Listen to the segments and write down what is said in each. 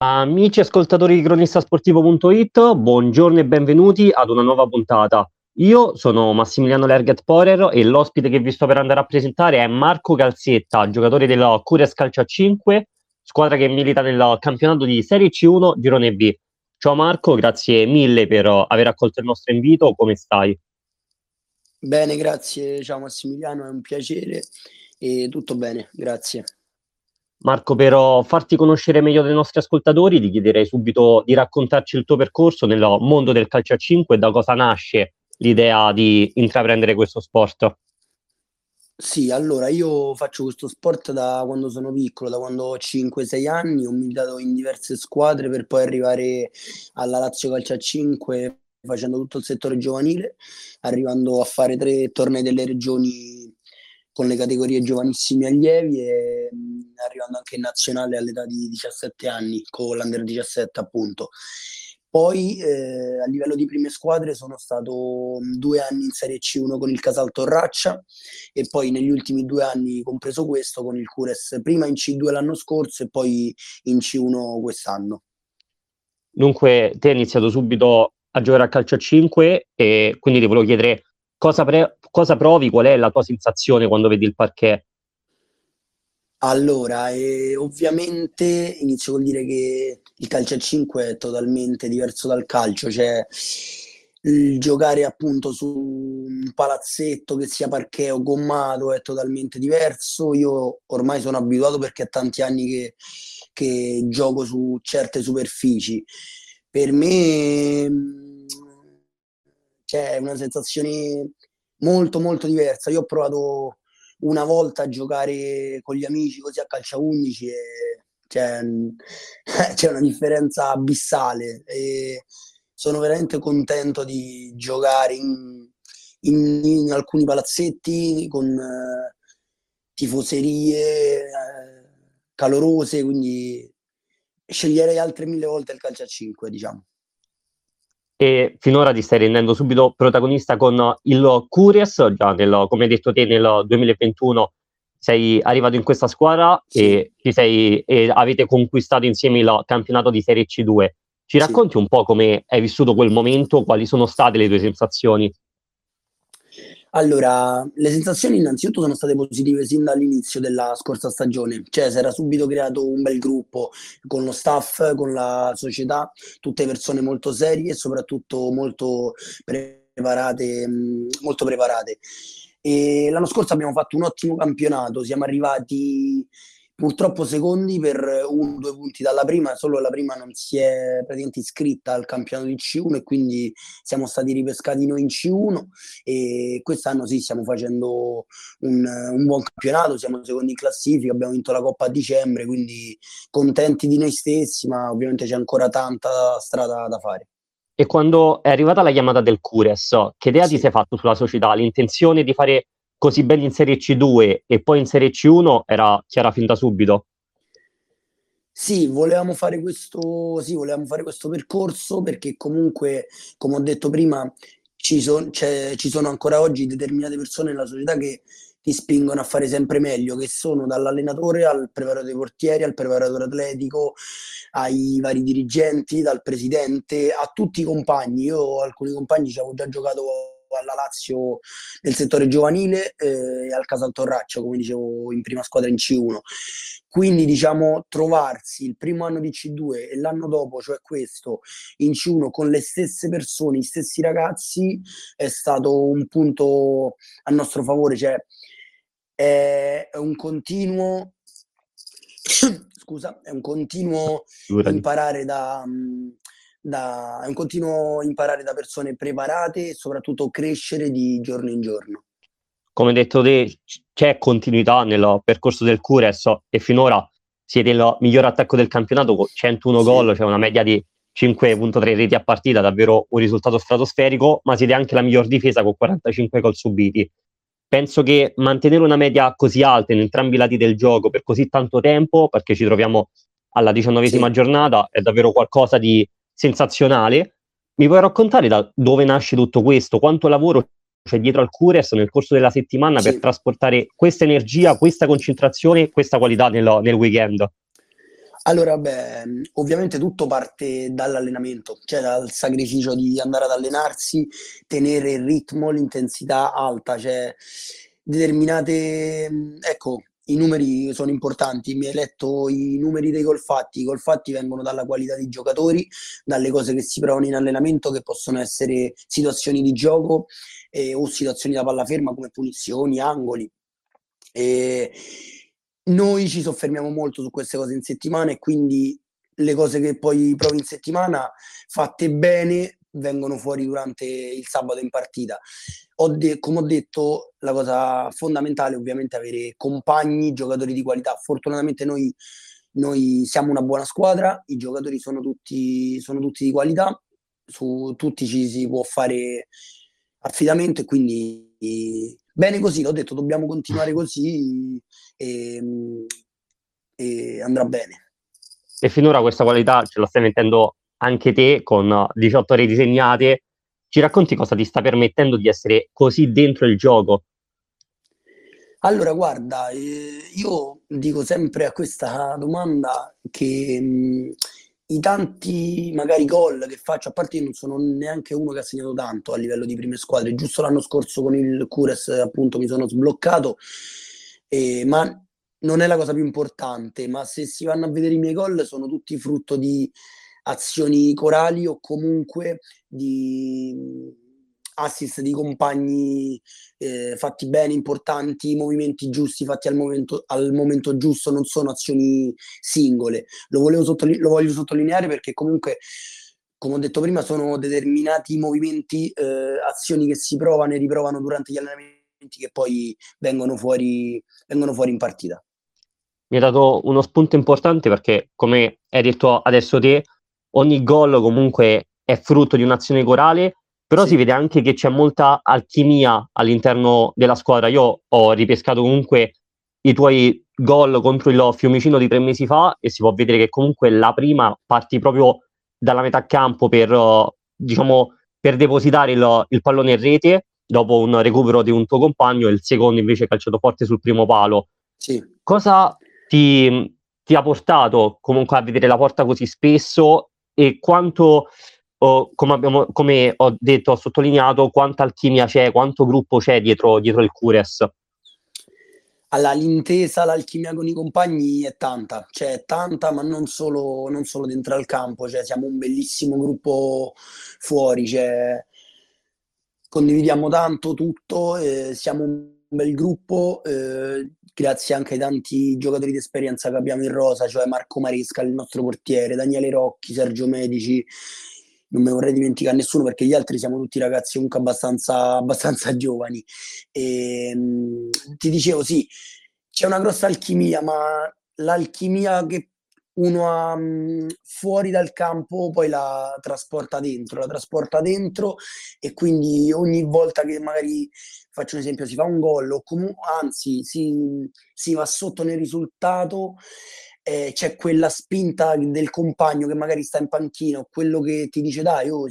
Amici ascoltatori di cronistasportivo.it, buongiorno e benvenuti ad una nuova puntata. Io sono Massimiliano Lerget Porer e l'ospite che vi sto per andare a presentare è Marco Calzetta, giocatore del Cures Calcio a 5, squadra che milita nel campionato di Serie C1 Girone B. Ciao Marco, grazie mille per aver accolto il nostro invito, come stai? Bene, grazie. Ciao Massimiliano, è un piacere e tutto bene, grazie. Marco, per farti conoscere meglio dai nostri ascoltatori, ti chiederei subito di raccontarci il tuo percorso nel mondo del calcio a 5 e da cosa nasce l'idea di intraprendere questo sport. Sì, allora io faccio questo sport da quando sono piccolo, da quando ho 5-6 anni, ho militato in diverse squadre per poi arrivare alla Lazio Calcio a 5 facendo tutto il settore giovanile, arrivando a fare 3 tornei delle regioni con le categorie giovanissimi allievi e arrivando anche in nazionale all'età di 17 anni con l'Under 17 appunto. Poi a livello di prime squadre sono stato 2 anni in Serie C1 con il Casal Torraccia e poi negli ultimi 2 anni, compreso questo, con il Cures, prima in C2 l'anno scorso e poi in C1 quest'anno. Dunque, te hai iniziato subito a giocare a calcio a 5 e quindi ti volevo chiedere cosa provi, qual è la tua sensazione quando vedi il parquet? Allora, ovviamente inizio col dire che il calcio a 5 è totalmente diverso dal calcio, cioè il giocare appunto su un palazzetto che sia parquet o gommato è totalmente diverso. Io ormai sono abituato perché è tanti anni che gioco su certe superfici. Per me c'è una sensazione molto molto diversa. Io ho provato una volta a giocare con gli amici così a calcio a 11 e c'è, c'è una differenza abissale e sono veramente contento di giocare in alcuni palazzetti con tifoserie calorose, quindi sceglierei altre 1000 volte il calcio a 5, diciamo. E finora ti stai rendendo subito protagonista con il Curious, già come hai detto te nel 2021 sei arrivato in questa squadra Sì, e avete conquistato insieme il campionato di Serie C2. Ci sì. racconti un po' come hai vissuto quel momento, quali sono state le tue sensazioni? Allora, le sensazioni innanzitutto sono state positive sin dall'inizio della scorsa stagione, cioè si era subito creato un bel gruppo con lo staff, con la società, tutte persone molto serie e soprattutto molto preparate, molto preparate. E l'anno scorso abbiamo fatto un ottimo campionato, siamo arrivati purtroppo secondi per 1 o 2 punti dalla prima, solo la prima non si è praticamente iscritta al campionato di C1 e quindi siamo stati ripescati noi in C1 e quest'anno sì, stiamo facendo un buon campionato, siamo secondi in classifica, abbiamo vinto la Coppa a dicembre, quindi contenti di noi stessi, ma ovviamente c'è ancora tanta strada da fare. E quando è arrivata la chiamata del Cures, che idea ti Sì. sei fatto sulla società? L'intenzione di fare così bene in Serie C2 e poi in Serie C1 era chiara fin da subito? Sì, volevamo fare questo percorso perché comunque, come ho detto prima, ci sono ancora oggi determinate persone nella società che ti spingono a fare sempre meglio, che sono dall'allenatore al preparatore dei portieri, al preparatore atletico, ai vari dirigenti, dal presidente, a tutti i compagni. Io ho alcuni compagni ci avevo già giocato alla Lazio nel settore giovanile e al Casal Torraccio, come dicevo, in prima squadra in C1. Quindi, diciamo, trovarsi il primo anno di C2 e l'anno dopo, cioè questo, in C1 con le stesse persone, gli stessi ragazzi, è stato un punto a nostro favore, cioè è un continuo, scusa, è un continuo Figurati. imparare è un continuo imparare da persone preparate e soprattutto crescere di giorno in giorno. Come hai detto te, c'è continuità nel percorso del Cures e finora siete il miglior attacco del campionato con 101 Sì, gol, cioè una media di 5,3 reti a partita, davvero un risultato stratosferico, ma siete anche la miglior difesa con 45 gol subiti. Penso che mantenere una media così alta in entrambi i lati del gioco per così tanto tempo, perché ci troviamo alla 19ª sì. giornata, è davvero qualcosa di sensazionale. Mi puoi raccontare da dove nasce tutto questo? Quanto lavoro c'è dietro al Cures nel corso della settimana per Sì. trasportare questa energia, questa concentrazione, questa qualità nel weekend? Allora, beh, ovviamente tutto parte dall'allenamento, cioè dal sacrificio di andare ad allenarsi, tenere il ritmo, l'intensità alta, cioè determinate, ecco, i numeri sono importanti. Mi hai letto i numeri dei gol fatti. I gol fatti vengono dalla qualità dei giocatori, dalle cose che si provano in allenamento, che possono essere situazioni di gioco o situazioni da palla ferma come punizioni, angoli. E noi ci soffermiamo molto su queste cose in settimana e quindi le cose che poi provi in settimana fatte bene vengono fuori durante il sabato in partita. Come ho detto, la cosa fondamentale è ovviamente avere compagni, giocatori di qualità. Fortunatamente noi siamo una buona squadra, i giocatori sono tutti di qualità, su tutti ci si può fare affidamento e quindi bene così, l'ho detto, dobbiamo continuare così e, e andrà bene. E finora questa qualità ce la stai mettendo anche te con 18 reti segnate. Ci racconti cosa ti sta permettendo di essere così dentro il gioco? Allora, guarda, io dico sempre a questa domanda che i tanti magari gol che faccio, a parte io non sono neanche uno che ha segnato tanto a livello di prime squadre, giusto l'anno scorso con il Cures appunto mi sono sbloccato, ma non è la cosa più importante, ma se si vanno a vedere i miei gol sono tutti frutto di azioni corali o comunque di assist di compagni fatti bene, importanti, movimenti giusti fatti al momento giusto, non sono azioni singole. Lo voglio sottolineare perché comunque, come ho detto prima, sono determinati movimenti, azioni che si provano e riprovano durante gli allenamenti che poi vengono fuori in partita. Mi hai dato uno spunto importante perché, come hai detto adesso te, ogni gol comunque è frutto di un'azione corale, però si Sì, vede anche che c'è molta alchimia all'interno della squadra. Io ho ripescato comunque i tuoi gol contro il Fiumicino di 3 mesi fa e si può vedere che comunque la prima parti proprio dalla metà campo per, diciamo, per depositare il pallone in rete dopo un recupero di un tuo compagno e il secondo invece calciato forte sul primo palo. sì. Cosa ti ha portato comunque a vedere la porta così spesso e quanto, come ho detto, ho sottolineato, quanta alchimia c'è, quanto gruppo c'è dietro il Cures. Allora, l'intesa, l'alchimia con i compagni è tanta, ma non solo dentro al campo, cioè siamo un bellissimo gruppo fuori, cioè condividiamo tanto tutto, siamo un bel gruppo, grazie anche ai tanti giocatori di esperienza che abbiamo in rosa, cioè Marco Maresca, il nostro portiere, Daniele Rocchi, Sergio Medici, non me ne vorrei dimenticare nessuno perché gli altri siamo tutti ragazzi comunque abbastanza giovani. E, ti dicevo, sì, c'è una grossa alchimia, ma l'alchimia che uno ha fuori dal campo poi la trasporta dentro e quindi ogni volta che magari, faccio un esempio, si fa un gol o comunque, anzi, si va sotto nel risultato, c'è quella spinta del compagno che magari sta in panchina o quello che ti dice dai, oh,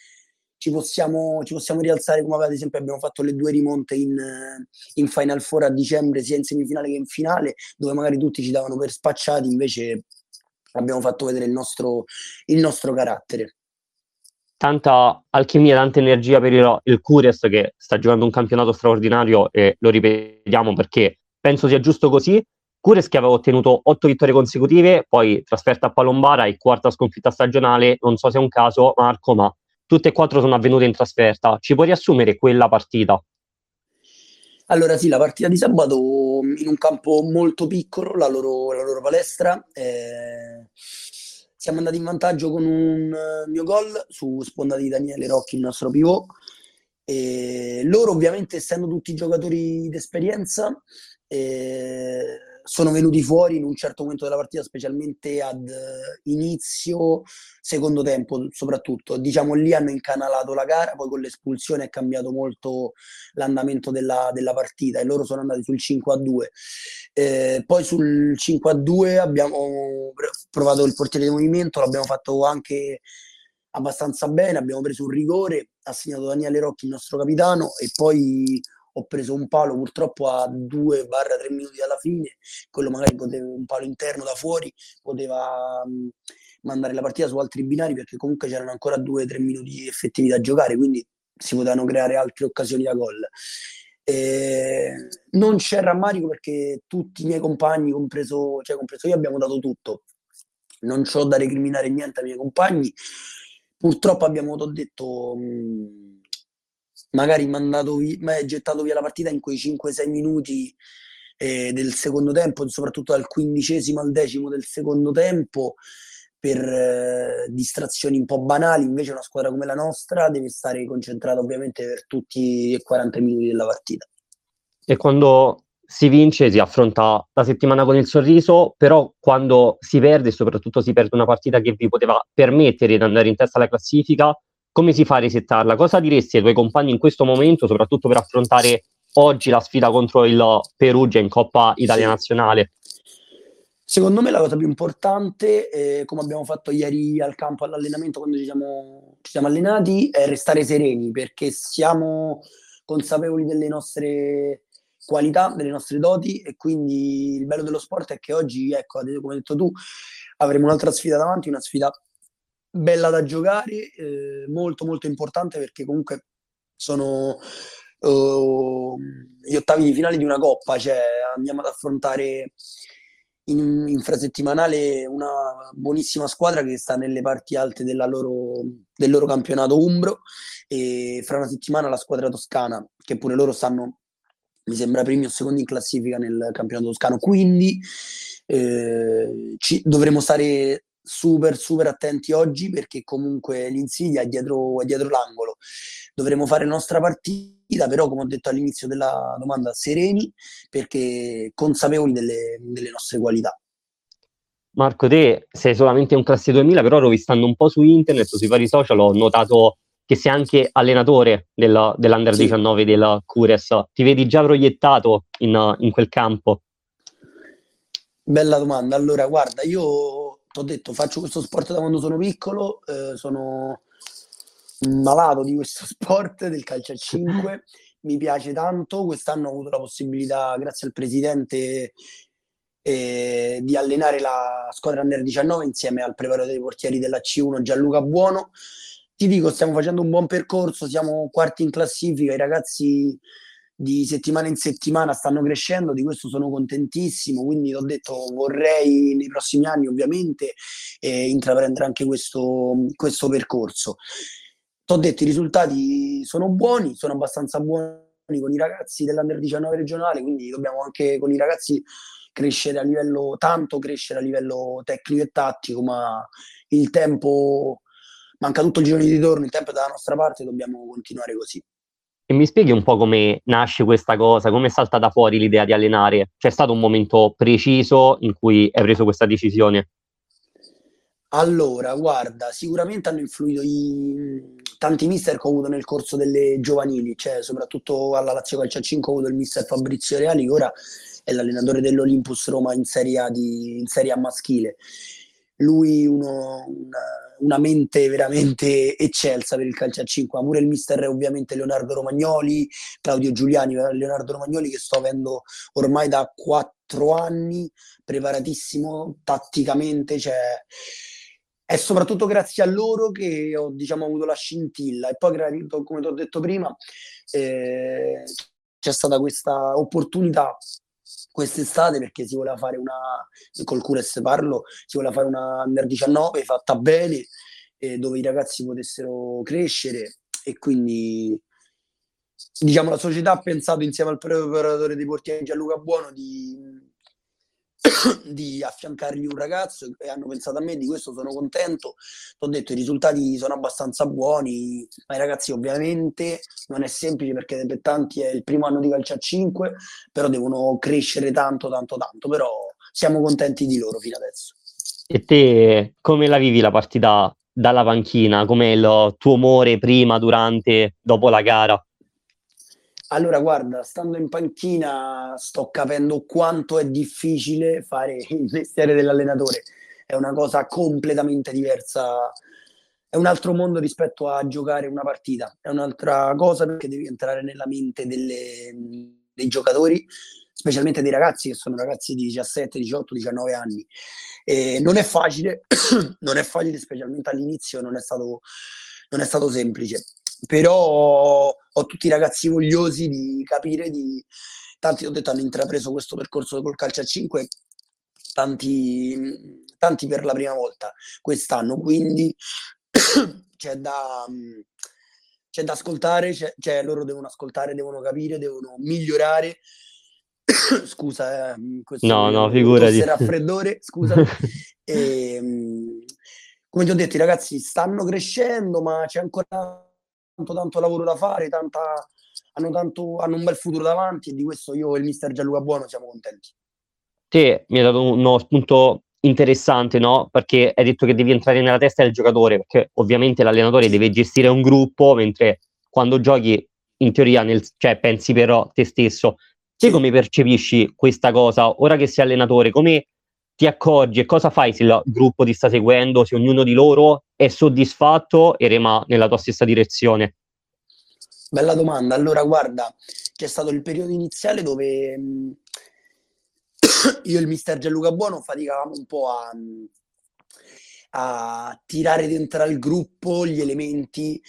ci possiamo rialzare come ad esempio abbiamo fatto le due rimonte in Final Four a dicembre, sia in semifinale che in finale, dove magari tutti ci davano per spacciati, invece abbiamo fatto vedere il nostro carattere. Tanta alchimia, tanta energia per il Cures che sta giocando un campionato straordinario e lo ripetiamo perché penso sia giusto così. Cures che aveva ottenuto 8 vittorie consecutive, poi trasferta a Palombara e quarta sconfitta stagionale, non so se è un caso Marco, ma tutte e quattro sono avvenute in trasferta. Ci puoi riassumere quella partita? Allora sì, la partita di sabato in un campo molto piccolo, la loro palestra, siamo andati in vantaggio con un mio gol su sponda di Daniele Rocchi, il nostro pivot. E loro ovviamente essendo tutti giocatori d'esperienza sono venuti fuori in un certo momento della partita, specialmente ad inizio secondo tempo soprattutto. Diciamo lì hanno incanalato la gara, poi con l'espulsione è cambiato molto l'andamento della partita e loro sono andati sul 5-2. Poi sul 5-2 abbiamo provato il portiere di movimento, l'abbiamo fatto anche abbastanza bene, abbiamo preso un rigore, ha segnato Daniele Rocchi, il nostro capitano, e poi ho preso un palo purtroppo a 2-3 minuti dalla fine, quello magari poteva, un palo interno da fuori, poteva mandare la partita su altri binari perché comunque c'erano ancora 2-3 minuti effettivi da giocare, quindi si potevano creare altre occasioni da gol. Non c'è rammarico perché tutti i miei compagni, compreso io, abbiamo dato tutto. Non c'ho da recriminare niente ai miei compagni. Purtroppo abbiamo detto, magari gettato via la partita in quei 5-6 minuti del secondo tempo, soprattutto dal 15° al 10° del secondo tempo, per distrazioni un po' banali. Invece una squadra come la nostra deve stare concentrata ovviamente per tutti i 40 minuti della partita. E quando si vince si affronta la settimana con il sorriso, però quando si perde, e soprattutto si perde una partita che vi poteva permettere di andare in testa alla classifica, come si fa a resettarla? Cosa diresti ai tuoi compagni in questo momento, soprattutto per affrontare oggi la sfida contro il Perugia in Coppa Italia Sì. Nazionale? Secondo me la cosa più importante, come abbiamo fatto ieri al campo all'allenamento quando ci siamo allenati, è restare sereni, perché siamo consapevoli delle nostre qualità, delle nostre doti, e quindi il bello dello sport è che oggi, ecco, come hai detto tu, avremo un'altra sfida davanti, una sfida bella da giocare, molto molto importante, perché comunque sono gli ottavi di finale di una coppa, cioè andiamo ad affrontare in infrasettimanale una buonissima squadra che sta nelle parti alte del loro campionato umbro, e fra una settimana la squadra toscana, che pure loro stanno, mi sembra, primi o secondi in classifica nel campionato toscano. Quindi dovremo stare super super attenti oggi, perché comunque l'Insidia è dietro l'angolo. Dovremo fare la nostra partita, però come ho detto all'inizio della domanda, sereni, perché consapevoli delle nostre qualità. Marco, te sei solamente un classe 2000, però rovistando un po' su internet, sui vari social, ho notato che sei anche allenatore dell'Under Sì, 19 del Cures. Ti vedi già proiettato in quel campo? bella domanda. Allora, guarda, io ti ho detto, faccio questo sport da quando sono piccolo, sono malato di questo sport del calcio a 5, mi piace tanto. Quest'anno ho avuto la possibilità, grazie al presidente, di allenare la squadra Under 19 insieme al preparatore dei portieri della C1 Gianluca Buono. Ti dico, stiamo facendo un buon percorso, siamo quarti in classifica, i ragazzi di settimana in settimana stanno crescendo, di questo sono contentissimo, quindi ho detto vorrei nei prossimi anni ovviamente intraprendere anche questo percorso. Ti ho detto, i risultati sono buoni, sono abbastanza buoni con i ragazzi dell'Under 19 regionale, quindi dobbiamo anche con i ragazzi crescere a livello tecnico e tattico, ma il tempo, manca tutto il giorno di ritorno, il tempo è dalla nostra parte, dobbiamo continuare così. E mi spieghi un po' come nasce questa cosa, come è saltata fuori l'idea di allenare? C'è stato un momento preciso in cui hai preso questa decisione? Allora, guarda, sicuramente hanno influito tanti mister che ho avuto nel corso delle giovanili, cioè soprattutto alla Lazio Calcio a 5 ho avuto il mister Fabrizio Reali, che ora è l'allenatore dell'Olympus Roma in Serie A maschile. Lui una mente veramente eccelsa per il calcio a 5, ma pure il mister è ovviamente Leonardo Romagnoli, Claudio Giuliani. Leonardo Romagnoli che sto avendo ormai da 4 anni, preparatissimo tatticamente, cioè è soprattutto grazie a loro che ho, diciamo, avuto la scintilla. E poi, come ti ho detto prima, eh, c'è stata questa opportunità quest'estate, perché si voleva fare col Cures parlo, si voleva fare una Under 19 fatta bene, dove i ragazzi potessero crescere, e quindi, diciamo, la società ha pensato insieme al preparatore dei portieri Gianluca Buono di affiancargli un ragazzo, e hanno pensato a me. Di questo sono contento. Ti ho detto, i risultati sono abbastanza buoni, ma i ragazzi ovviamente non è semplice, perché per tanti è il primo anno di calcio a 5, però devono crescere tanto tanto tanto, però siamo contenti di loro fino adesso. E te come la vivi la partita dalla panchina? Com'è il tuo umore prima, durante, dopo la gara? Allora, guarda, stando in panchina sto capendo quanto è difficile fare il mestiere dell'allenatore. È una cosa completamente diversa è un altro mondo rispetto a giocare una partita, è un'altra cosa perché devi entrare nella mente dei giocatori, specialmente dei ragazzi che sono ragazzi di 17, 18, 19 anni. E non è facile, non è facile, specialmente all'inizio, non è stato semplice. Però ho tutti i ragazzi vogliosi di capire, tanti ho detto hanno intrapreso questo percorso col calcio a 5, tanti per la prima volta quest'anno, quindi c'è da, c'è da ascoltare, loro devono ascoltare, devono capire, devono migliorare. Scusa, questo No, qui no, ho tosse figurati. e raffreddore, scusami. E, come ti ho detto, i ragazzi stanno crescendo, ma c'è ancora tanto lavoro da fare, hanno un bel futuro davanti e di questo io e il mister Gianluca Buono siamo contenti. Te mi hai dato uno spunto interessante, no? Perché hai detto che devi entrare nella testa del giocatore, perché ovviamente l'allenatore Sì, deve gestire un gruppo, mentre quando giochi, in teoria, cioè, pensi però te stesso. Te sì. come percepisci questa cosa? Ora che sei allenatore, come ti accorgi e cosa fai se il gruppo ti sta seguendo, se ognuno di loro è soddisfatto e rema nella tua stessa direzione? Bella domanda. Allora, guarda, c'è stato il periodo iniziale dove io e il mister Gianluca Buono faticavamo un po' a tirare dentro al gruppo gli elementi,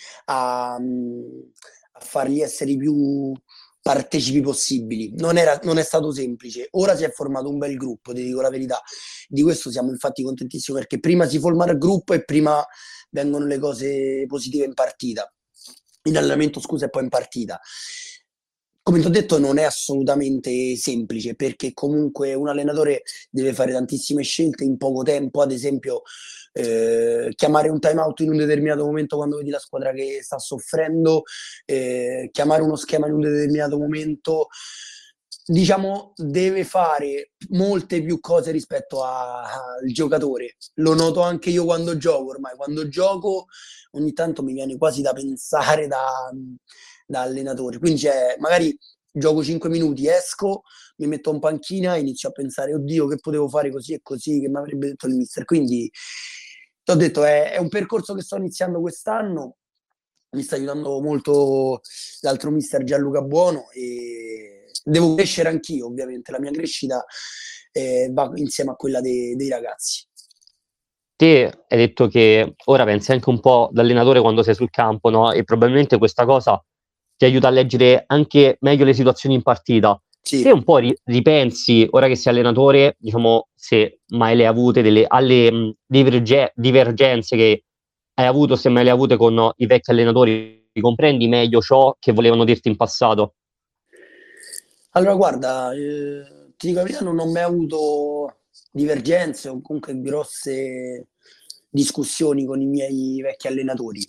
a farli essere i più partecipi possibili. Non è stato semplice. Ora si è formato un bel gruppo, ti dico la verità. Di questo siamo infatti contentissimi perché prima si forma il gruppo e prima vengono le cose positive in partita. In allenamento, scusa, e poi in partita. Come ti ho detto, non è assolutamente semplice perché comunque un allenatore deve fare tantissime scelte in poco tempo, ad esempio chiamare un time out in un determinato momento quando vedi la squadra che sta soffrendo, chiamare uno schema in un determinato momento, diciamo, deve fare molte più cose rispetto al giocatore. Lo noto anche io quando gioco ormai, quando gioco ogni tanto mi viene quasi da pensare da allenatore, quindi magari gioco 5 minuti, esco, mi metto in panchina e inizio a pensare, oddio, che potevo fare così e così, che mi avrebbe detto il mister. Quindi ti ho detto, è un percorso che sto iniziando quest'anno, mi sta aiutando molto l'altro mister Gianluca Buono e devo crescere anch'io, ovviamente, la mia crescita va insieme a quella dei ragazzi. Te hai detto che ora pensi anche un po' da allenatore quando sei sul campo, no? E probabilmente questa cosa ti aiuta a leggere anche meglio le situazioni in partita. Te Sì. un po' ripensi, ora che sei allenatore, diciamo, se mai le hai avute alle divergenze che hai avuto, se mai le hai avute con i vecchi allenatori, comprendi meglio ciò che volevano dirti in passato? Allora, guarda, ti dico la verità, non ho mai avuto divergenze o comunque grosse discussioni con i miei vecchi allenatori.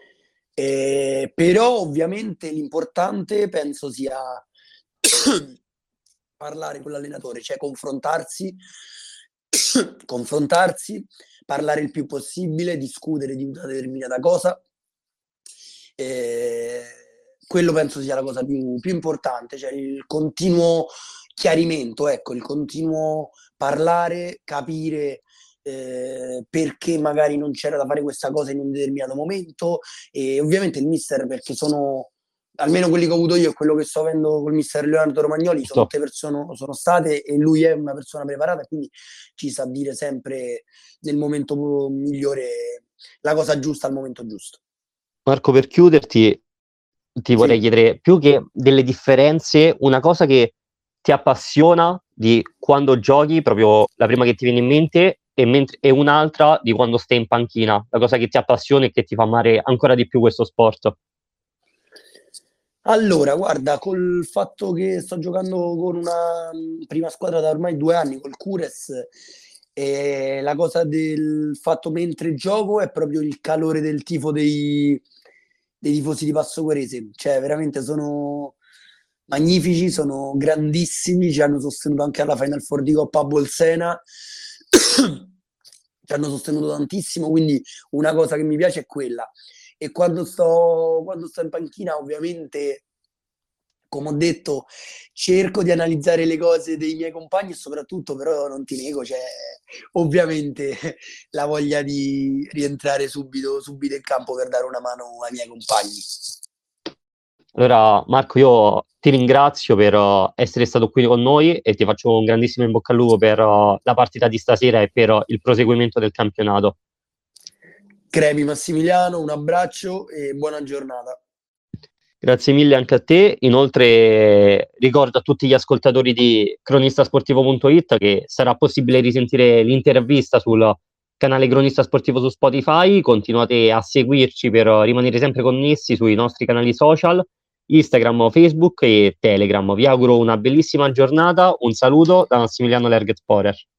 Però ovviamente l'importante penso sia parlare con l'allenatore, cioè confrontarsi, parlare il più possibile, discutere di una determinata cosa. Eh, Quello penso sia la cosa più importante, cioè il continuo chiarimento, ecco, il continuo parlare, capire perché magari non c'era da fare questa cosa in un determinato momento e ovviamente il mister perché sono almeno quelli che ho avuto io e quello che sto avendo col mister Leonardo Romagnoli sono Giusto. tutte persone, sono state e lui è una persona preparata quindi ci sa dire sempre nel momento migliore la cosa giusta al momento giusto. Marco, per chiuderti, ti vorrei Sì. chiedere più che delle differenze, una cosa che ti appassiona di quando giochi, proprio la prima che ti viene in mente, e un'altra di quando stai in panchina, la cosa che ti appassiona e che ti fa amare ancora di più questo sport. Allora, guarda, col fatto che sto giocando con una prima squadra da ormai 2 anni, col Cures, la cosa del fatto mentre gioco è proprio il calore del tifo dei tifosi di Passo Quarese. Cioè, veramente sono magnifici, sono grandissimi, ci hanno sostenuto anche alla Final Four di Coppa a Bolsena, ci hanno sostenuto tantissimo, quindi una cosa che mi piace è quella. E quando sto in panchina, ovviamente come ho detto, cerco di analizzare le cose dei miei compagni e soprattutto, però non ti nego, c'è ovviamente la voglia di rientrare subito in campo per dare una mano ai miei compagni. Allora, Marco, io ti ringrazio per essere stato qui con noi e ti faccio un grandissimo in bocca al lupo per la partita di stasera e per il proseguimento del campionato. Crepi Massimiliano, un abbraccio e buona giornata. Grazie mille anche a te. Inoltre ricordo a tutti gli ascoltatori di cronistasportivo.it che sarà possibile risentire l'intervista sul canale Cronista Sportivo su Spotify. Continuate a seguirci per rimanere sempre connessi sui nostri canali social, Instagram, Facebook e Telegram. Vi auguro una bellissima giornata. Un saluto da Massimiliano Lerget Porer.